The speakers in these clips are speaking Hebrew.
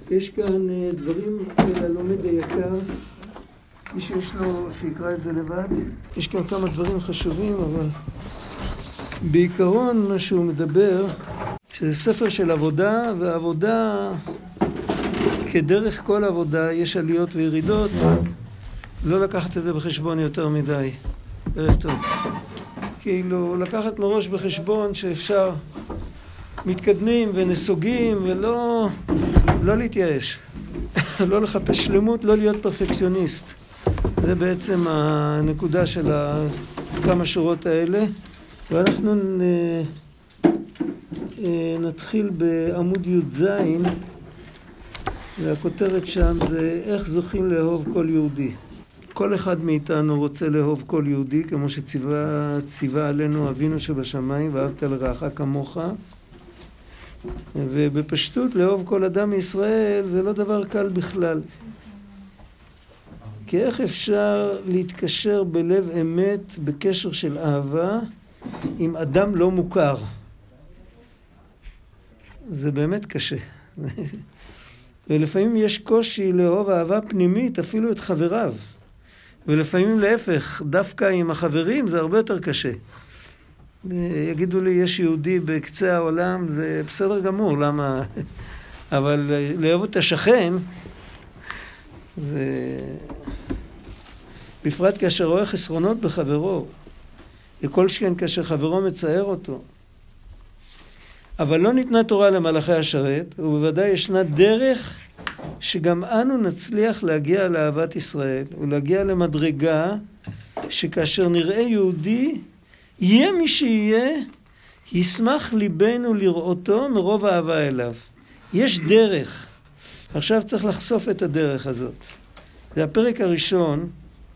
יש כאן דברים ללומד היקר, מי שיש לו שיקרא את זה לבד. יש כאן כמה דברים חשובים, אבל בעיקרון מה שהוא מדבר, שזה ספר של עבודה, והעבודה כדרך כל עבודה יש עליות וירידות, לא לקחת את זה בחשבון יותר מדי. ערב טוב. כאילו לקחת מראש בחשבון שאפשר מתקדמים ונסוגים ולא להתייאש. לא לחפש שלמות, לא להיות פרפקציוניסט. זה בעצם הנקודה של כמה שורות האלה. ואנחנו נתחיל בעמוד י"ז, והכותרת שם זה איך זוכים לאהוב כל יהודי. כל אחד מאיתנו רוצה לאהוב כל יהודי, כמו שציווה עלינו אבינו שבשמיים, ואהבת לרעך כמוך. ובפשטות לאהוב כל אדם מישראל זה לא דבר קל בכלל. כי איך אפשר להתקשר בלב אמת בקשר של אהבה עם אדם לא מוכר? זה באמת קשה. ולפעמים יש קושי לאהוב אהבה פנימית אפילו את חבריו. ולפעמים להפך, דווקא עם החברים זה הרבה יותר קשה. יגידו לי, יש יהודי בקצה העולם, זה בסדר גמור, למה? אבל לאהוב את השכן, זה... בפרט כאשר רואה חסרונות בחברו, וכל שכן כאשר חברו מצער אותו. אבל לא ניתנה תורה למלאכי השרת, ובוודאי ישנה דרך שגם אנו נצליח להגיע לאהבת ישראל, ולהגיע למדרגה שכאשר נראה יהודי, יהיה מי שיהיה, ישמח ליבנו לראותו מרוב אהבה אליו. יש דרך. עכשיו צריך לחשוף את הדרך הזאת. זה הפרק הראשון.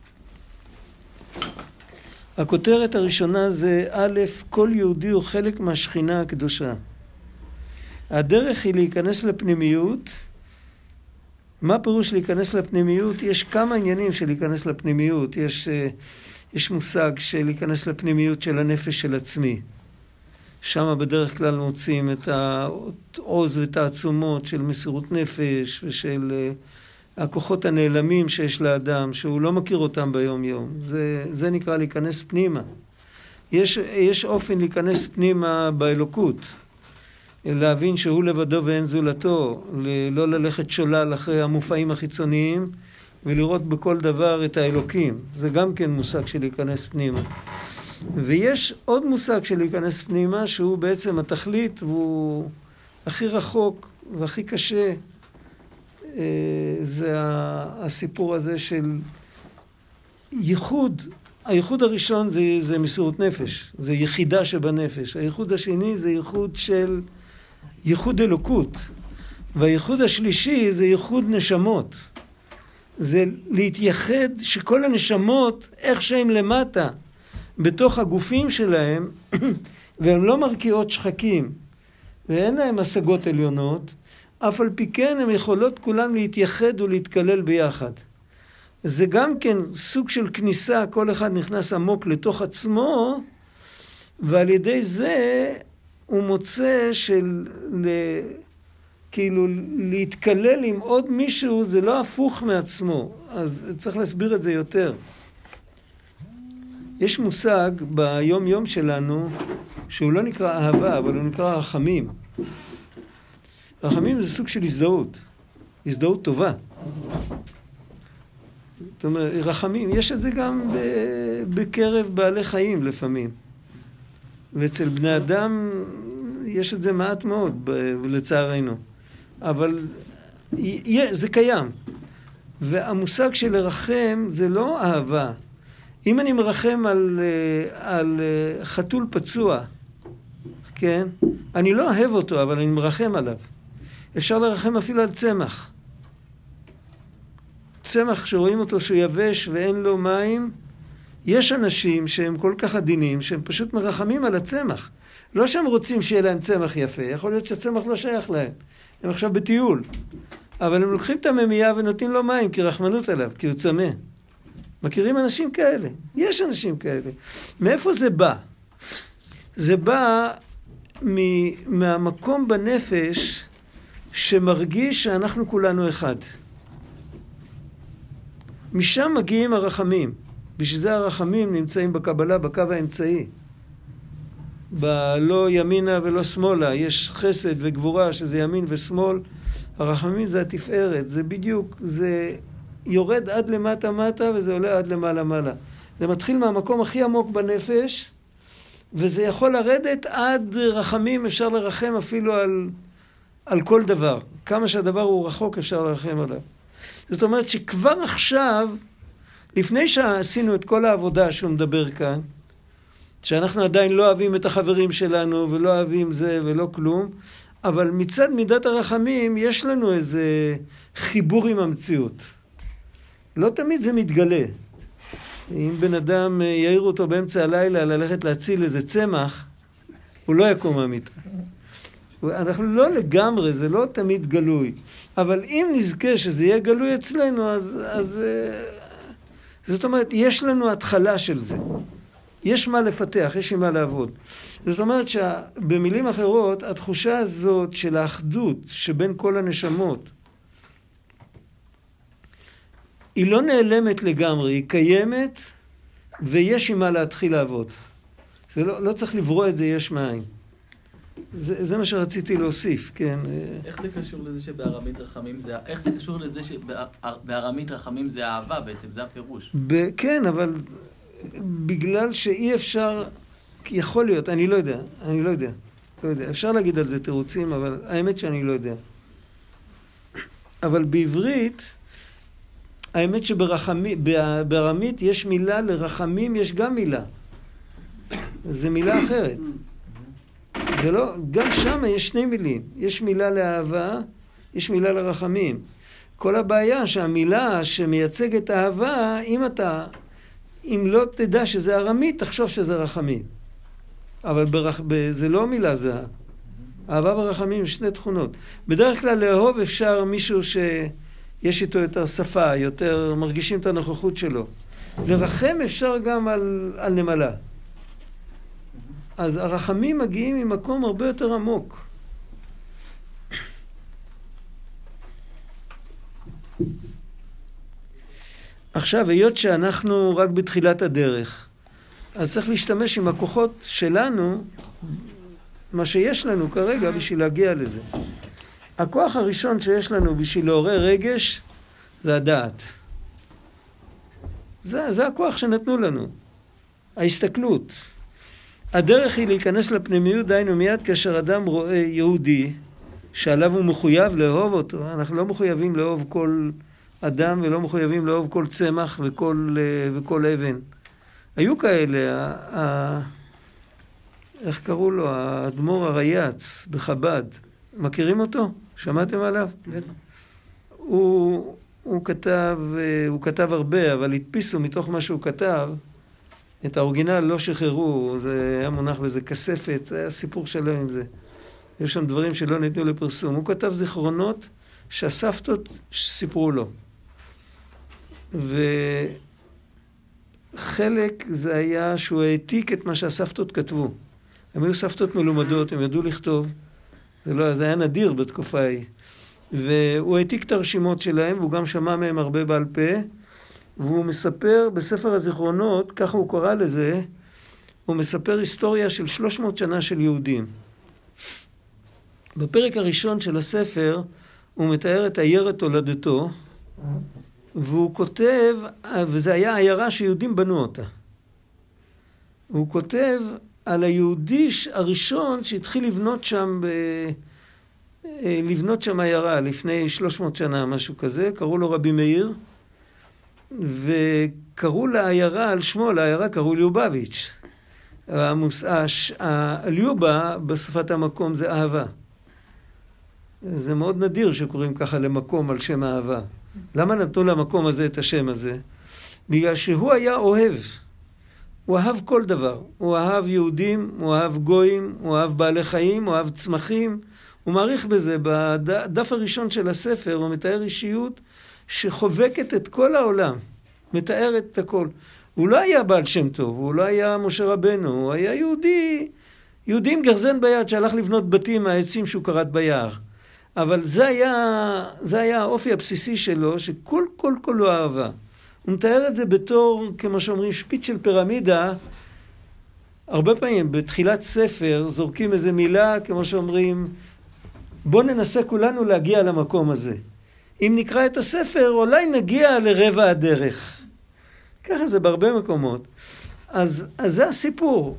הכותרת הראשונה זה א', כל יהודי הוא חלק מהשכינה הקדושה. הדרך היא להיכנס לפנימיות. מה פירוש להיכנס לפנימיות? יש כמה עניינים של להיכנס לפנימיות. יש מושג של להיכנס לפנימיות של הנפש של עצמי. שם בדרך כלל מוצאים את העוז ואת העצומות של מסירות נפש ושל הכוחות הנעלמים שיש לאדם, שהוא לא מכיר אותם ביום יום. זה נקרא להיכנס פנימה. יש אופן להיכנס פנימה באלוקות. להבין שהוא לבדו ואין זולתו, לא ללכת שולל אחרי המופעים החיצוניים, ולראות בכל דבר את האלוקים. זה גם כן מושג של להיכנס פנימה. ויש עוד מושג של להיכנס פנימה, שהוא בעצם התכלית, והוא הכי רחוק והכי קשה. זה הסיפור הזה של ייחוד. הייחוד הראשון זה מסירות נפש, זה יחידה שבנפש. הייחוד השני זה ייחוד אלוקות. והייחוד השלישי זה ייחוד נשמות. זה להתייחד שכל הנשמות, איך שהם למטה, בתוך הגופים שלהם, והם לא מרקיעות שחקים, ואין להם השגות עליונות, אף על פי כן הם יכולות כולם להתייחד ולהתקלל ביחד. זה גם כן סוג של כניסה, כל אחד נכנס עמוק לתוך עצמו, ועל ידי זה הוא מוצא כאילו להתקלל עם עוד מישהו, זה לא הפוך מעצמו. אז צריך להסביר את זה יותר. יש מושג ביום יום שלנו, שהוא לא נקרא אהבה, אבל הוא נקרא רחמים. רחמים זה סוג של הזדהות. הזדהות טובה. זאת אומרת, רחמים, יש את זה גם בקרב בעלי חיים לפעמים. ואצל בני אדם יש את זה מעט מאוד, לצערנו. אבל זה קיים. והמושג של לרחם זה לא אהבה. אם אני מרחם על חתול פצוע, כן? אני לא אוהב אותו, אבל אני מרחם עליו. אפשר לרחם אפילו על צמח. צמח שרואים אותו שהוא יבש ואין לו מים, יש אנשים שהם כל כך עדינים שהם פשוט מרחמים על הצמח. לא שהם רוצים שיהיה להם צמח יפה, יכול להיות שהצמח לא שייך להם. הם עכשיו בטיול. אבל הם לוקחים את הממייה ונותנים לו מים כי רחמנות עליו, כי הוא צמא. מכירים אנשים כאלה? יש אנשים כאלה. מאיפה זה בא? זה בא מהמקום בנפש שמרגיש שאנחנו כולנו אחד. משם מגיעים הרחמים. בשביל זה הרחמים נמצאים בקבלה, בקו האמצעי. בלא ימינה ולא שמאלה. יש חסד וגבורה שזה ימין ושמאל. הרחמים זה התפארת. זה בדיוק, זה יורד עד למטה מטה וזה עולה עד למעלה מעלה. זה מתחיל מהמקום הכי עמוק בנפש, וזה יכול לרדת עד רחמים, אפשר לרחם אפילו על כל דבר. כמה שהדבר הוא רחוק אפשר לרחם עליו. זאת אומרת שכבר עכשיו, לפני שעשינו את כל העבודה שהוא מדבר כאן, שאנחנו עדיין לא אוהבים את החברים שלנו ולא אוהבים זה ולא כלום, אבל מצד מידת הרחמים יש לנו איזה חיבור עם המציאות. לא תמיד זה מתגלה. אם בן אדם יעיר אותו באמצע הלילה ללכת להציל איזה צמח, הוא לא יקום מהמיטה. אנחנו לא לגמרי, זה לא תמיד גלוי. אבל אם נזכה שזה יהיה גלוי אצלנו, אז זאת אומרת, יש לנו התחלה של זה. יש מה לפתח, יש מה לעבוד. זאת אומרת שבמילים אחרות, התחושה הזאת של האחדות שבין כל הנשמות, היא לא נעלמת לגמרי, היא קיימת, ויש עם מה להתחיל לעבוד. זה לא צריך לברוא את זה יש מאין. זה מה שרציתי להוסיף, כן. איך זה קשור לזה שבארמית רחמים זה... איך זה קשור לזה שבארמית רחמים זה אהבה בעצם, זה הפירוש? כן, אבל בגלל שאי אפשר... יכול להיות, אני לא יודע. אפשר להגיד על זה תירוצים, אבל האמת שאני לא יודע. אבל בעברית... האמת שבארמית יש מילה לרחמים, יש גם מילה. זה מילה אחרת. זה לא, גם שם יש שני מילים. יש מילה לאהבה, יש מילה לרחמים. כל הבעיה שהמילה שמייצגת אהבה, אם לא תדע שזה ארמית, תחשוב שזה רחמים. אבל זה לא מילה זהה. אהבה ורחמים שני תכונות. בדרך כלל לאהוב אפשר מישהו יש איתו יותר שפה, יותר מרגישים את הנוכחות שלו. לרחם אפשר גם על נמלה. אז הרחמים מגיעים ממקום הרבה יותר עמוק. עכשיו, היות שאנחנו רק בתחילת הדרך, אז צריך להשתמש עם הכוחות שלנו, מה שיש לנו כרגע בשביל להגיע לזה. הכוח הראשון שיש לנו בשביל לעורר רגש, זה הדעת. זה הכוח שנתנו לנו. ההסתכלות. הדרך היא להיכנס לפנימיות, דיינו מיד כאשר אדם רואה יהודי, שעליו הוא מחויב לאהוב אותו. אנחנו לא מחויבים לאהוב כל אדם, ולא מחויבים לאהוב כל צמח וכל אבן. היו כאלה, איך קראו לו? האדמו"ר הרייץ בחב"ד. מכירים אותו? שמעתם עליו? הוא כתב הרבה, אבל הדפיסו מתוך מה שהוא כתב, את האורגינל לא שחררו, זה היה מונח באיזה כספת, זה היה סיפור שלם עם זה. יש שם דברים שלא ניתנו לפרסום. הוא כתב זיכרונות שהסבתות סיפרו לו. וחלק זה היה שהוא העתיק את מה שהסבתות כתבו. הם היו סבתות מלומדות, הם ידעו לכתוב. זה היה נדיר בתקופה ההיא. והוא העתיק את הרשימות שלהם, והוא גם שמע מהם הרבה בעל פה, והוא מספר בספר הזיכרונות, ככה הוא קורא לזה, הוא מספר היסטוריה של 300 שנה של יהודים. בפרק הראשון של הספר, הוא מתאר את עיירת הולדתו, והוא כותב, וזה היה עיירה שיהודים בנו אותה. הוא כותב על היהודי הראשון שהתחיל לבנות שם עיירה לפני 300 שנה, משהו כזה, קראו לו רבי מאיר, וקראו לעיירה על שמו, לעיירה קראו ליובביץ'. ליובה בשפת המקום זה אהבה. זה מאוד נדיר שקוראים ככה למקום על שם אהבה. למה נתנו למקום הזה את השם הזה? בגלל שהוא היה אוהב. הוא אהב כל דבר. הוא אהב יהודים, הוא אהב גויים, הוא אהב בעלי חיים, הוא אהב צמחים. הוא מעריך בזה. בדף הראשון של הספר הוא מתאר אישיות שחובקת את כל העולם. מתארת את הכל. הוא לא היה בעל שם טוב, הוא לא היה משה רבנו, הוא היה יהודי עם גרזן ביד שהלך לבנות בתים מהעצים שהוא קראת ביער. אבל זה היה האופי הבסיסי שלו, שכל כולו אהבה. הוא מתאר את זה בתור, כמו שאומרים, שפיץ של פירמידה. הרבה פעמים בתחילת ספר זורקים איזה מילה, כמו שאומרים, בוא ננסה כולנו להגיע למקום הזה. אם נקרא את הספר, אולי נגיע לרבע הדרך. ככה זה בהרבה מקומות. אז זה הסיפור.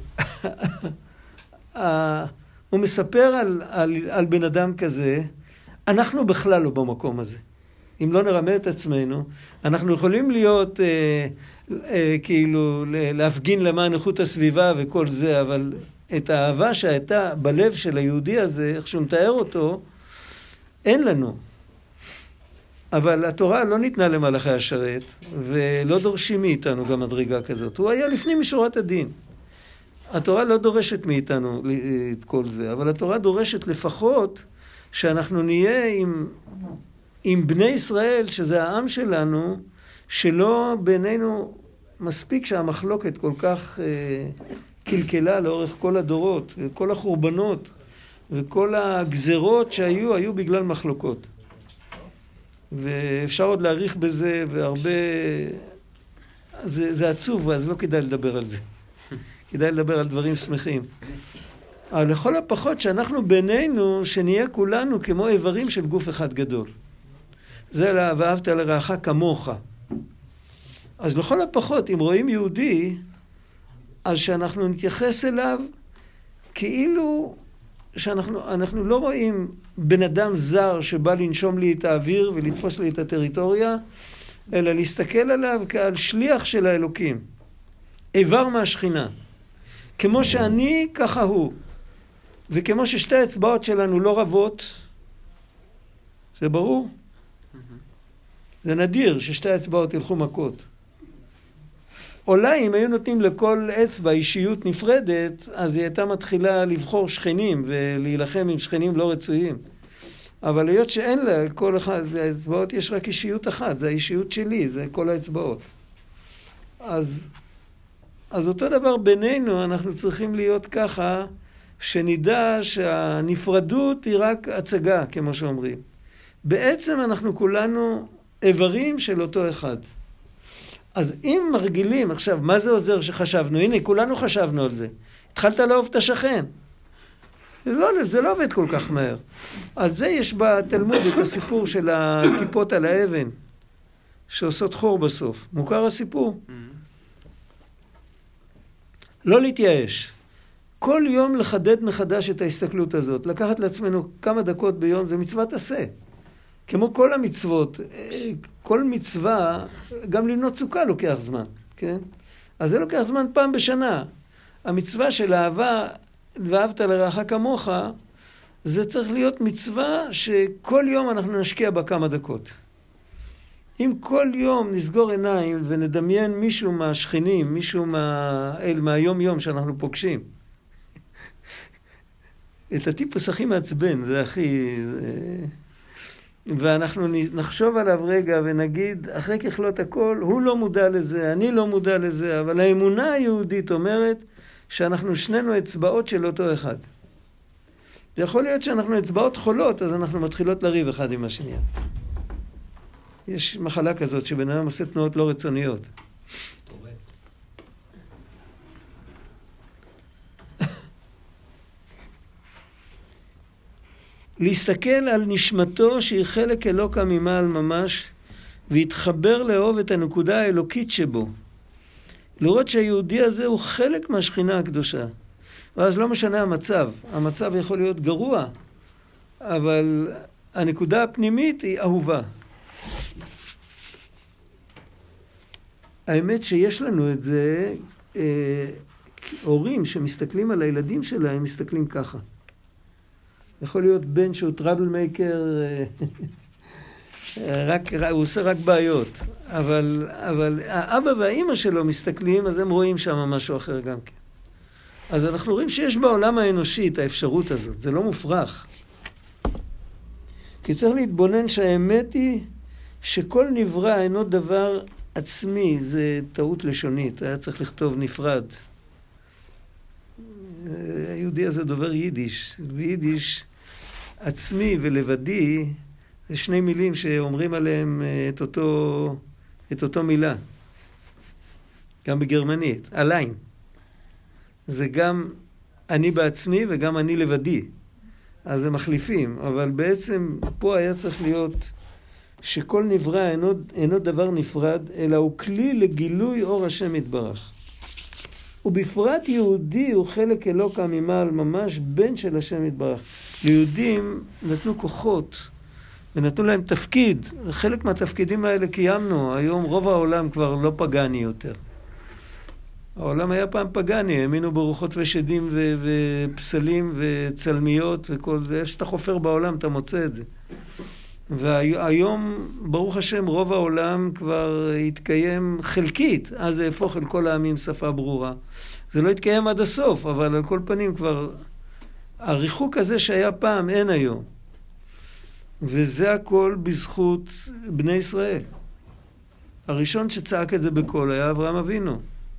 הוא מספר על בן אדם כזה, אנחנו בכלל לא במקום הזה. אם לא נרמה את עצמנו, אנחנו יכולים להיות, כאילו, להפגין למען איכות הסביבה וכל זה, אבל את האהבה שהייתה בלב של היהודי הזה, איך שהוא מתאר אותו, אין לנו. אבל התורה לא ניתנה למלאכי השרת, ולא דורשים מאיתנו גם מדרגה כזאת. הוא היה לפנים משורת הדין. התורה לא דורשת מאיתנו את כל זה, אבל התורה דורשת לפחות שאנחנו נהיה עם בני ישראל, שזה העם שלנו, שלא בינינו מספיק שהמחלוקת כל כך קלקלה לאורך כל הדורות, כל החורבנות וכל הגזרות היו בגלל מחלוקות. ואפשר עוד להאריך בזה, והרבה... זה עצוב, אז לא כדאי לדבר על זה. כדאי לדבר על דברים שמחים. אבל לכל הפחות שאנחנו בינינו, שנהיה כולנו כמו איברים של גוף אחד גדול. זה ואהבת לרעך כמוך. אז לכל הפחות, אם רואים יהודי, אז שאנחנו נתייחס אליו כאילו שאנחנו לא רואים בן אדם זר שבא לנשום לי את האוויר ולתפוס לי את הטריטוריה, אלא להסתכל עליו כעל שליח של האלוקים. איבר מהשכינה. כמו שאני, ככה הוא. וכמו ששתי האצבעות שלנו לא רבות, זה ברור? זה נדיר ששתי האצבעות ילכו מכות. אולי אם היו נותנים לכל אצבע אישיות נפרדת, אז היא הייתה מתחילה לבחור שכנים ולהילחם עם שכנים לא רצויים. אבל היות שאין לה, כל אחד, האצבעות יש רק אישיות אחת, זה האישיות שלי, זה כל האצבעות. אז אותו דבר בינינו, אנחנו צריכים להיות ככה, שנדע שהנפרדות היא רק הצגה, כמו שאומרים. בעצם אנחנו כולנו איברים של אותו אחד. אז אם מרגילים, עכשיו, מה זה עוזר שחשבנו? הנה, כולנו חשבנו על זה. התחלת לאהוב את השכן. זה לא עובד כל כך מהר. על זה יש בתלמוד את הסיפור של הכיפות על האבן, שעושות חור בסוף. מוכר הסיפור? לא להתייאש. כל יום לחדד מחדש את ההסתכלות הזאת. לקחת לעצמנו כמה דקות ביום, זה מצוות עשה. כמו כל המצוות, כל מצווה, גם למנות סוכה לוקח זמן, כן? אז זה לוקח זמן פעם בשנה. המצווה של אהבה, ואהבת לרעך כמוך, זה צריך להיות מצווה שכל יום אנחנו נשקיע בה כמה דקות. אם כל יום נסגור עיניים ונדמיין מישהו מהשכנים, מישהו מהיום יום שאנחנו פוגשים, את הטיפוס הכי מעצבן, זה הכי... ואנחנו נחשוב עליו רגע ונגיד, אחרי ככלות הכל, הוא לא מודע לזה, אני לא מודע לזה, אבל האמונה היהודית אומרת שאנחנו שנינו אצבעות של אותו אחד. יכול להיות שאנחנו אצבעות חולות, אז אנחנו מתחילות לריב אחד עם השנייה. יש מחלה כזאת שבן אדם עושה תנועות לא רצוניות. להסתכל על נשמתו שהיא חלק אלוקה ממעל ממש, והתחבר לאהוב את הנקודה האלוקית שבו. לראות שהיהודי הזה הוא חלק מהשכינה הקדושה. ואז לא משנה המצב. המצב יכול להיות גרוע, אבל הנקודה הפנימית היא אהובה. האמת שיש לנו את זה, הורים שמסתכלים על הילדים שלהם, מסתכלים ככה. יכול להיות בן שהוא טראבל מייקר, הוא עושה רק בעיות. אבל האבא והאמא שלו מסתכלים, אז הם רואים שם משהו אחר גם כן. אז אנחנו רואים שיש בעולם האנושי את האפשרות הזאת, זה לא מופרך. כי צריך להתבונן שהאמת היא שכל נברא אינו דבר עצמי, זה טעות לשונית, היה צריך לכתוב נפרד. היהודי הזה דובר יידיש, ביידיש עצמי ולבדי, זה שני מילים שאומרים עליהם את אותו מילה. גם בגרמנית, allein. זה גם אני בעצמי וגם אני לבדי. אז הם מחליפים, אבל בעצם פה היה צריך להיות שכל נברא אינו דבר נפרד, אלא הוא כלי לגילוי אור השם יתברך. ובפרט יהודי הוא חלק אלוקא ממעל, ממש בן של השם יתברך. ליהודים נתנו כוחות ונתנו להם תפקיד. חלק מהתפקידים האלה קיימנו. היום רוב העולם כבר לא פגני יותר. העולם היה פעם פגני, האמינו ברוחות ושדים ופסלים וצלמיות וכל זה. שאתה חופר בעולם אתה מוצא את זה. והיום, ברוך השם, רוב העולם כבר התקיים חלקית. אז זה הפוך אל כל העמים שפה ברורה. זה לא התקיים עד הסוף, אבל על כל פנים כבר הריחוק הזה שהיה פעם אין היום. וזה הכל בזכות בני ישראל. הראשון שצעק את זה בקול היה אברהם אבינו.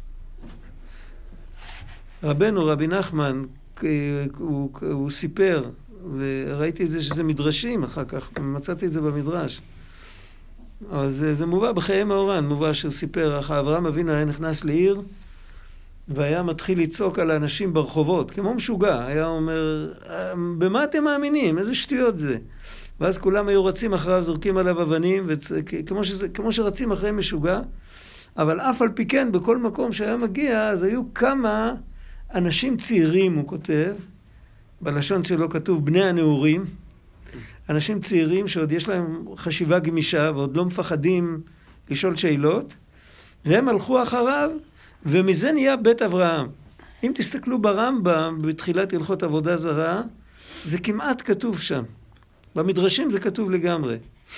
רבנו, רבי נחמן, הוא סיפר, וראיתי את זה שזה מדרשים אחר כך, מצאתי את זה במדרש. אז זה מובא בחיי מאורן, מובא שהוא סיפר, אברהם אבינו היה נכנס לעיר, והיה מתחיל לצעוק על האנשים ברחובות, כמו משוגע, היה אומר, במה אתם מאמינים? איזה שטויות זה? ואז כולם היו רצים אחריו, זורקים עליו אבנים, כמו שרצים אחרי משוגע, אבל אף על פי כן, בכל מקום שהיה מגיע, אז היו כמה אנשים צעירים, הוא כותב, בלשון שלו כתוב בני הנעורים, אנשים צעירים שעוד יש להם חשיבה גמישה, ועוד לא מפחדים לשאול שאלות, והם הלכו אחריו, ומזה נהיה בית אברהם. אם תסתכלו ברמב"ם, בתחילת הלכות עבודה זרה, זה כמעט כתוב שם. במדרשים זה כתוב לגמרי.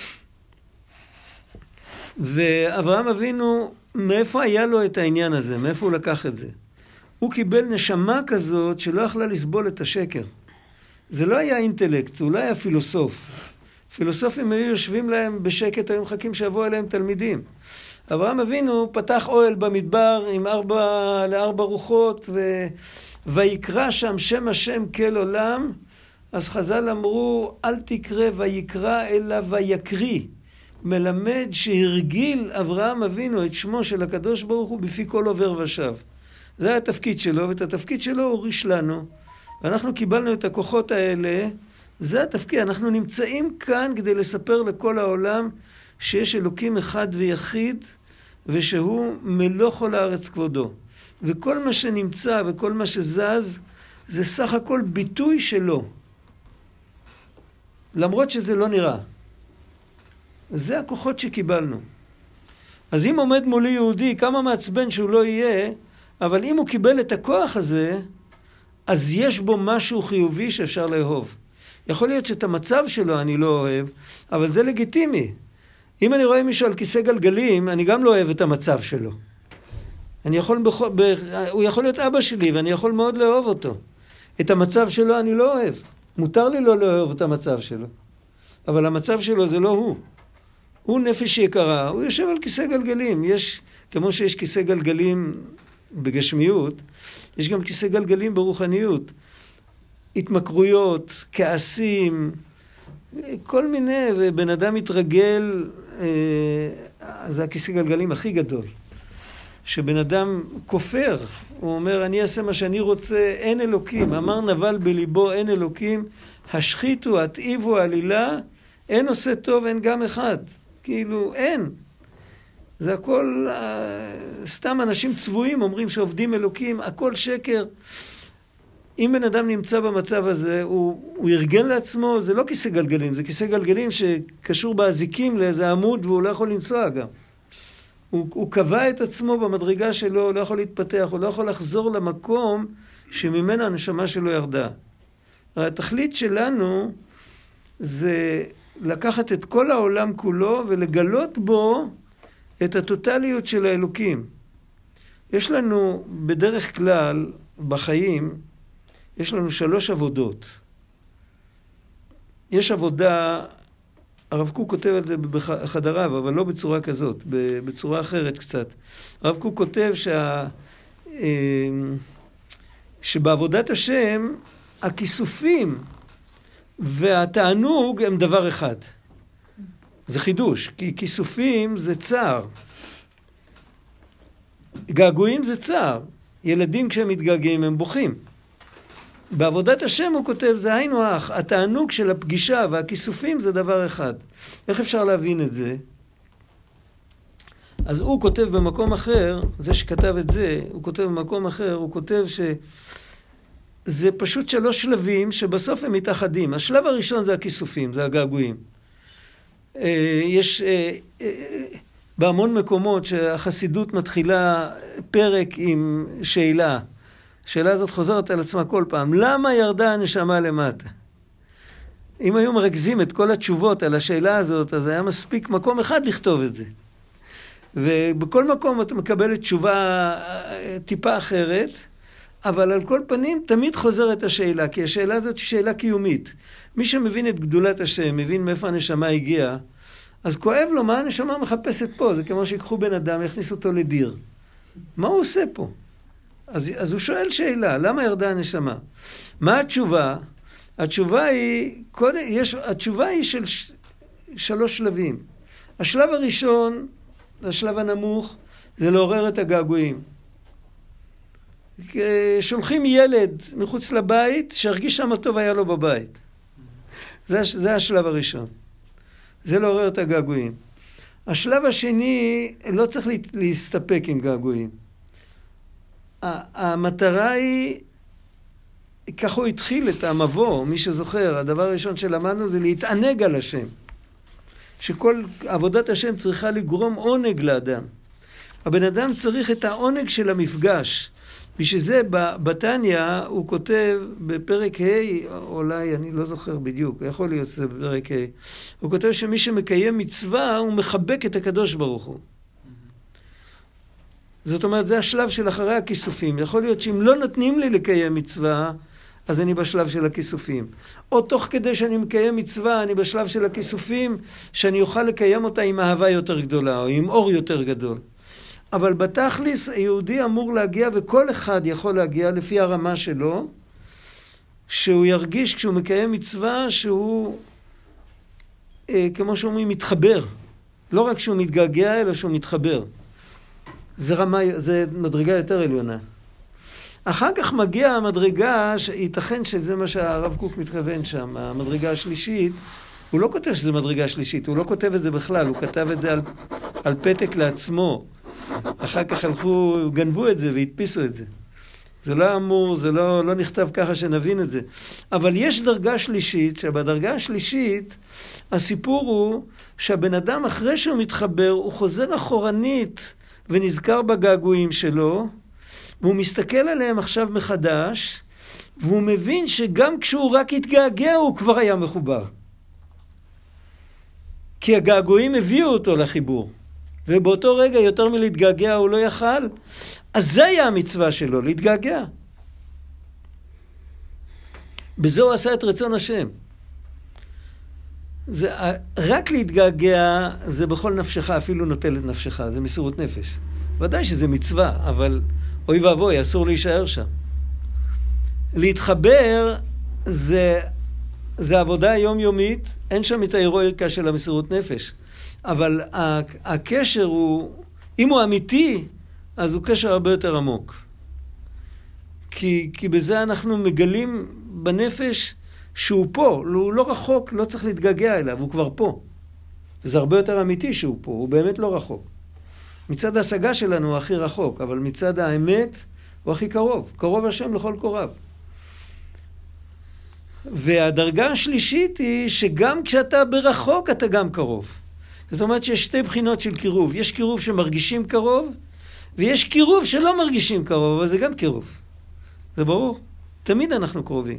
ואברהם אבינו, מאיפה היה לו את העניין הזה? מאיפה הוא לקח את זה? הוא קיבל נשמה כזאת שלא יכלה לסבול את השקר. זה לא היה אינטלקט, הוא לא היה פילוסוף. פילוסופים היו יושבים להם בשקט, היו מחכים שיבואו אליהם תלמידים. אברהם אבינו פתח אוהל במדבר עם 4 רוחות, ויקרא שם שם השם כל עולם. אז חז"ל אמרו, אל תקרא ויקרא אלא ויקריא. מלמד שהרגיל אברהם אבינו את שמו של הקדוש ברוך הוא בפי כל עובר ושב. זה היה התפקיד שלו, ואת התפקיד שלו הוא הוריש לנו. ואנחנו קיבלנו את הכוחות האלה, זה התפקיד. אנחנו נמצאים כאן כדי לספר לכל העולם שיש אלוקים אחד ויחיד, ושהוא מלוא כל הארץ כבודו. וכל מה שנמצא וכל מה שזז, זה סך הכל ביטוי שלו. למרות שזה לא נראה. זה הכוחות שקיבלנו. אז אם עומד מולי יהודי, כמה מעצבן שהוא לא יהיה, אבל אם הוא קיבל את הכוח הזה, אז יש בו משהו חיובי שאפשר לאהוב. יכול להיות שאת המצב שלו אני לא אוהב, אבל זה לגיטימי. אם אני רואה מישהו על כיסא גלגלים, אני גם לא אוהב את המצב שלו. הוא יכול להיות אבא שלי, ואני יכול מאוד לאהוב אותו. את המצב שלו אני לא אוהב. מותר לי לא לאהוב את המצב שלו. אבל המצב שלו זה לא הוא. הוא נפש יקרה, הוא יושב על כיסא גלגלים. כמו שיש כיסא גלגלים בגשמיות, יש גם כיסא גלגלים ברוחניות. התמכרויות, כעסים, כל מיני, ובן אדם מתרגל, זה הכיסא גלגלים הכי גדול. שבן אדם כופר, הוא אומר, אני אעשה מה שאני רוצה, אין אלוקים. אמר נבל בליבו, אין אלוקים, השחיתו, התאיבו, עלילה, אין עושה טוב, אין גם אחד. כאילו, אין. זה הכל, סתם אנשים צבועים אומרים שעובדים אלוקים, הכל שקר. אם בן אדם נמצא במצב הזה, הוא ארגן לעצמו, זה לא כיסא גלגלים, זה כיסא גלגלים שקשור באזיקים לאיזה עמוד, והוא לא יכול לנסוע גם. הוא קבע את עצמו במדרגה שלו, הוא לא יכול להתפתח, הוא לא יכול לחזור למקום שממנה הנשמה שלו ירדה. התכלית שלנו זה לקחת את כל העולם כולו ולגלות בו את הטוטליות של האלוקים. יש לנו בדרך כלל בחיים, יש לנו 3 עבודות. יש עבודה, הרב קוק כותב על זה בחדריו, אבל לא בצורה כזאת, בצורה אחרת קצת. הרב קוק כותב שבעבודת השם, הכיסופים והתענוג הם דבר אחד. זה חידוש, כי כיסופים זה צער. געגועים זה צער. ילדים כשהם מתגעגעים הם בוכים. בעבודת השם הוא כותב, זה היינו הך, התענוג של הפגישה והכיסופים זה דבר אחד. איך אפשר להבין את זה? אז הוא כותב במקום אחר, זה שכתב את זה, הוא כותב במקום אחר, הוא כותב שזה פשוט 3 שלבים שבסוף הם מתאחדים. השלב הראשון זה הכיסופים, זה הגעגועים. יש בהמון מקומות שהחסידות מתחילה פרק עם שאלה. השאלה הזאת חוזרת על עצמה כל פעם. למה ירדה הנשמה למטה? אם היו מרכזים את כל התשובות על השאלה הזאת, אז היה מספיק מקום אחד לכתוב את זה. ובכל מקום אתה מקבל תשובה טיפה אחרת, אבל על כל פנים תמיד חוזרת השאלה, כי השאלה הזאת היא שאלה קיומית. מי שמבין את גדולת השם, מבין מאיפה הנשמה הגיעה, אז כואב לו מה הנשמה מחפשת פה. זה כמו שיקחו בן אדם, יכניסו אותו לדיר. מה הוא עושה פה? אז הוא שואל שאלה, למה ירדה הנשמה? מה התשובה? התשובה היא של 3 שלבים. השלב הראשון, השלב הנמוך, זה לעורר את הגעגועים. שולחים ילד מחוץ לבית, שהרגיש שם טוב היה לו בבית. זה השלב הראשון. זה לעורר את הגעגועים. השלב השני, לא צריך להסתפק עם געגועים. המטרה היא, כך הוא התחיל את המבוא, מי שזוכר, הדבר הראשון שלמדנו זה להתענג על השם. שכל עבודת השם צריכה לגרום עונג לאדם. הבן אדם צריך את העונג של המפגש. בשביל זה בתניא הוא כותב בפרק ה', אולי אני לא זוכר בדיוק, יכול להיות שזה בפרק ה', הוא כותב שמי שמקיים מצווה הוא מחבק את הקדוש ברוך הוא. זאת אומרת, זה השלב של אחרי הכיסופים. יכול להיות שאם לא נותנים לי לקיים מצווה, אז אני בשלב של הכיסופים. או תוך כדי שאני מקיים מצווה, אני בשלב של הכיסופים, שאני אוכל לקיים אותה עם אהבה יותר גדולה, או עם אור יותר גדול. אבל בתכליס, היהודי אמור להגיע, וכל אחד יכול להגיע לפי הרמה שלו, שהוא ירגיש כשהוא מקיים מצווה, שהוא, כמו שאומרים, מתחבר. לא רק שהוא מתגעגע, אלא שהוא מתחבר. זה מדרגה יותר עליונה. אחר כך מגיע המדרגה, ייתכן שזה מה שהרב קוק מתכוון שם, המדרגה השלישית, הוא לא כותב שזה מדרגה שלישית, הוא לא כותב את זה בכלל, הוא כתב את זה על פתק לעצמו. אחר כך גנבו את זה והדפיסו את זה. זה לא אמור, זה לא נכתב ככה שנבין את זה. אבל יש דרגה שלישית, שבדרגה השלישית, הסיפור הוא שהבן אדם אחרי שהוא מתחבר, הוא חוזר אחורנית ונזכר בגעגועים שלו, והוא מסתכל עליהם עכשיו מחדש, והוא מבין שגם כשהוא רק התגעגע, הוא כבר היה מחובר. כי הגעגועים הביאו אותו לחיבור. ובאותו רגע יותר מלהתגעגע הוא לא יכל, אז זה היה המצווה שלו, להתגעגע. בזה הוא עשה את רצון השם. רק להתגעגע זה בכל נפשך, אפילו נוטל את נפשך, זה מסירות נפש. ודאי שזה מצווה, אבל אוי ואבוי, אסור להישאר שם. להתחבר זה עבודה יומיומית, אין שם את ההירואיקה של המסירות נפש. אבל הקשר הוא, אם הוא אמיתי, אז הוא קשר הרבה יותר עמוק. כי בזה אנחנו מגלים בנפש שהוא פה, הוא לא רחוק, לא צריך להתגעגע אליו, הוא כבר פה. וזה הרבה יותר אמיתי שהוא פה, הוא באמת לא רחוק. מצד ההשגה שלנו הוא הכי רחוק, אבל מצד האמת הוא הכי קרוב. קרוב השם לכל קורב. והדרגה השלישית היא שגם כשאתה ברחוק אתה גם קרוב. זאת אומרת שיש 2 בחינות של קירוב. יש קירוב שמרגישים קרוב, ויש קירוב שלא מרגישים קרוב, אבל זה גם קירוב. זה ברור? תמיד אנחנו קרובים.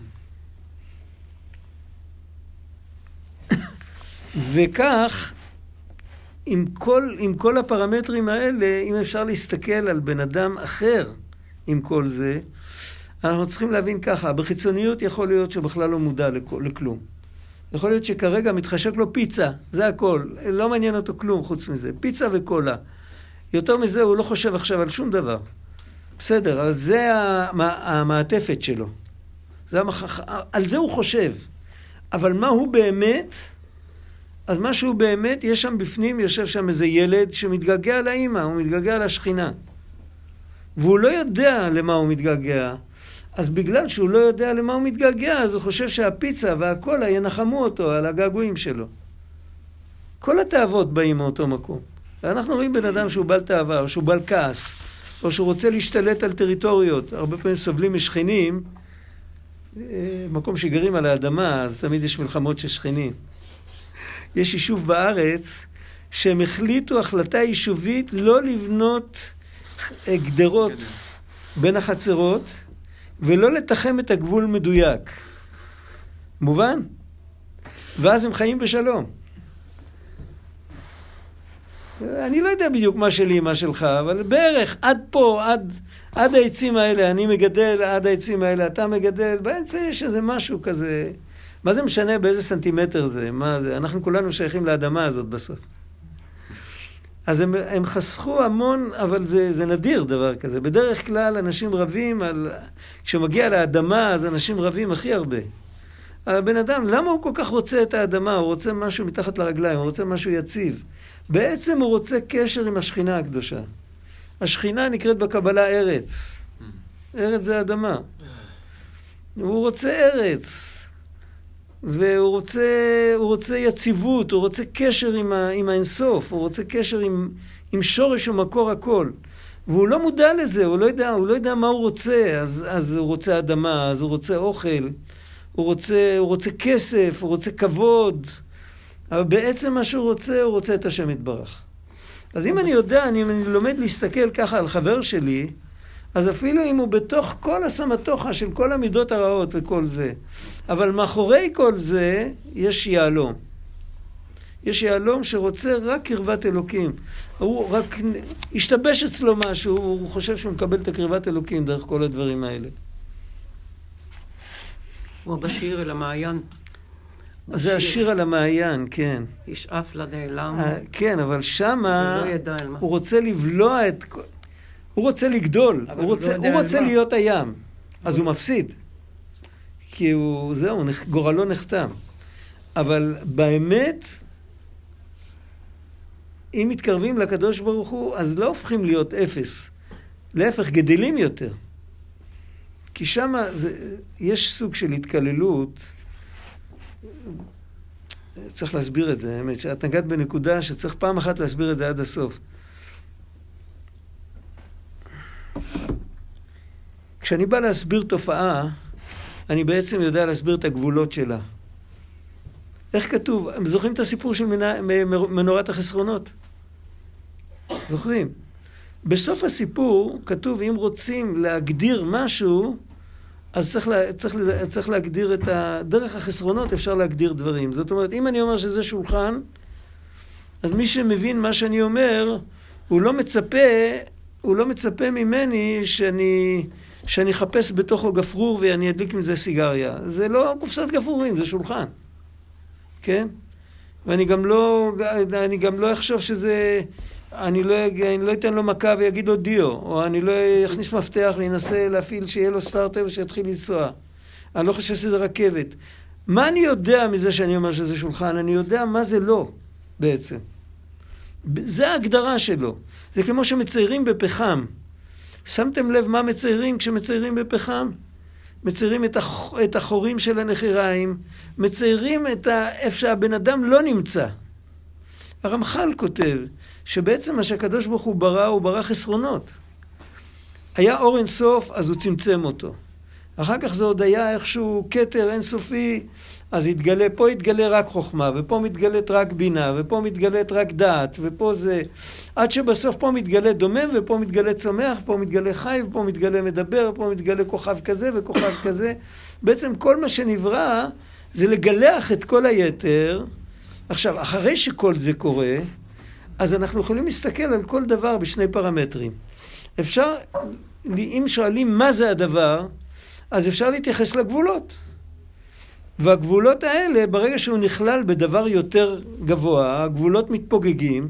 וכך, עם כל הפרמטרים האלה, אם אפשר להסתכל על בן אדם אחר עם כל זה, אנחנו צריכים להבין ככה, בחיצוניות יכול להיות שבכלל לא מודע לכלום. יכול להיות שכרגע מתחשק לו פיצה, זה הכל. לא מעניין אותו כלום חוץ מזה. פיצה וקולה. יותר מזה הוא לא חושב עכשיו על שום דבר. בסדר, אבל זה המעטפת שלו. על זה הוא חושב. אבל מה הוא באמת? אז מה שהוא באמת, יש שם בפנים, יושב שם איזה ילד שמתגעגע לאמא, הוא מתגעגע לשכינה. והוא לא יודע למה הוא מתגעגע. אז בגלל שהוא לא יודע למה הוא מתגעגע, אז הוא חושב שהפיצה והקולה ינחמו אותו על הגעגועים שלו. כל התאוות באים מאותו מקום. ואנחנו רואים בן אדם שהוא בעל תאווה, או שהוא בעל כעס, או שהוא רוצה להשתלט על טריטוריות. הרבה פעמים סובלים משכנים, מקום שגרים על האדמה, אז תמיד יש מלחמות של שכנים. יש יישוב בארץ שהם החליטו החלטה יישובית לא לבנות גדרות בין החצרות, ולא לתחם את הגבול מדויק. מובן? ואז הם חיים בשלום. אני לא יודע בדיוק מה שלי, מה שלך, אבל בערך עד פה, עד העצים האלה, אני מגדל, עד העצים האלה, אתה מגדל, באמצע יש איזה משהו כזה. מה זה משנה באיזה סנטימטר זה? מה זה? אנחנו כולנו שייכים לאדמה הזאת בסוף. אז הם חסכו המון, אבל זה נדיר דבר כזה. בדרך כלל אנשים רבים, כשמגיע לאדמה, אז אנשים רבים הכי הרבה. הבן אדם, למה הוא כל כך רוצה את האדמה? הוא רוצה משהו מתחת לרגליים, הוא רוצה משהו יציב. בעצם הוא רוצה קשר עם השכינה הקדושה. השכינה נקראת בקבלה ארץ. ארץ זה אדמה. הוא רוצה ארץ. והוא רוצה יציבות, הוא רוצה קשר עם האינסוף, הוא רוצה קשר עם שורש ומקור הכל. והוא לא מודע לזה, הוא לא יודע מה הוא רוצה. אז הוא רוצה אדמה, אז הוא רוצה אוכל, הוא רוצה כסף, הוא רוצה כבוד. אבל בעצם מה שהוא רוצה, הוא רוצה את השם יתברך. אז אם אני יודע, אני לומד להסתכל ככה על חבר שלי, אז אפילו אם הוא בתוך כל הסמטוחה של כל המידות הרעות וכל זה, אבל מאחורי כל זה יש יעלום. יש יעלום שרוצה רק קרבת אלוקים. הוא רק השתבש אצלו משהו, הוא חושב שהוא מקבל את הקרבת אלוקים דרך כל הדברים האלה. הוא בשיר אל המעיין. זה השיר על המעיין, כן. ישאף לנעלם. כן, אבל שמה הוא הוא רוצה לבלוע את... הוא רוצה לגדול, הוא רוצה להיות הים. אז הוא מפסיד. כי זהו, גורלו נחתם. אבל באמת, אם מתקרבים לקדוש ברוך הוא, אז לא הופכים להיות אפס. להפך, גדלים יותר. כי שם יש סוג של התקללות, צריך להסביר את זה, האמת, שאת נגעת בנקודה שצריך פעם אחת להסביר את זה עד הסוף. כשאני בא להסביר תופעה, אני בעצם יודע להסביר את הגבולות שלה. איך כתוב? זוכרים את הסיפור של מנורת החסרונות? זוכרים? בסוף הסיפור כתוב, אם רוצים להגדיר משהו, אז צריך להגדיר את דרך החסרונות, אפשר להגדיר דברים. זאת אומרת, אם אני אומר שזה שולחן, אז מי שמבין מה שאני אומר, הוא לא מצפה ממני שאני אחפש בתוכו גפרור ואני אדליק מזה סיגריה. זה לא קופסת גפרורים, זה שולחן. כן? ואני גם לא אחשוב שזה... אני לא אתן לו מכה ויגיד לו דיו, או אני לא אכניס מפתח וינסה להפעיל שיהיה לו סטארטר ושיתחיל לנסוע. אני לא חושב שזה רכבת. מה אני יודע מזה שאני אומר שזה שולחן? אני יודע מה זה לא, בעצם. זה ההגדרה שלו. זה כמו שמציירים בפחם. שמתם לב מה מציירים כשמציירים בפחם? מציירים את החורים של הנחיריים, מציירים איפה שהבן אדם לא נמצא. הרמח"ל כותב שבעצם מה שהקדוש ברוך הוא ברא חסרונות. היה אור אינסוף, אז הוא צמצם אותו. אחר כך זה עוד היה איכשהו כתר אינסופי, אז פה יתגלה רק חוכמה, ופה מתגלית רק בינה, ופה מתגלית רק דעת, ופה זה... עד שבסוף פה מתגלה דומם, ופה מתגלה צומח, פה מתגלה חי, ופה מתגלה מדבר, פה מתגלה כוכב כזה וכוכב כזה. בעצם כל מה שנברא זה לגלח את כל היתר. עכשיו, אחרי שכל זה קורה, אז אנחנו יכולים להסתכל על כל דבר בשני פרמטרים. אפשר, אם שואלים מה זה הדבר, אז אפשר להתייחס לגבולות. והגבולות האלה, ברגע שהוא נכלל בדבר יותר גבוה, הגבולות מתפוגגים,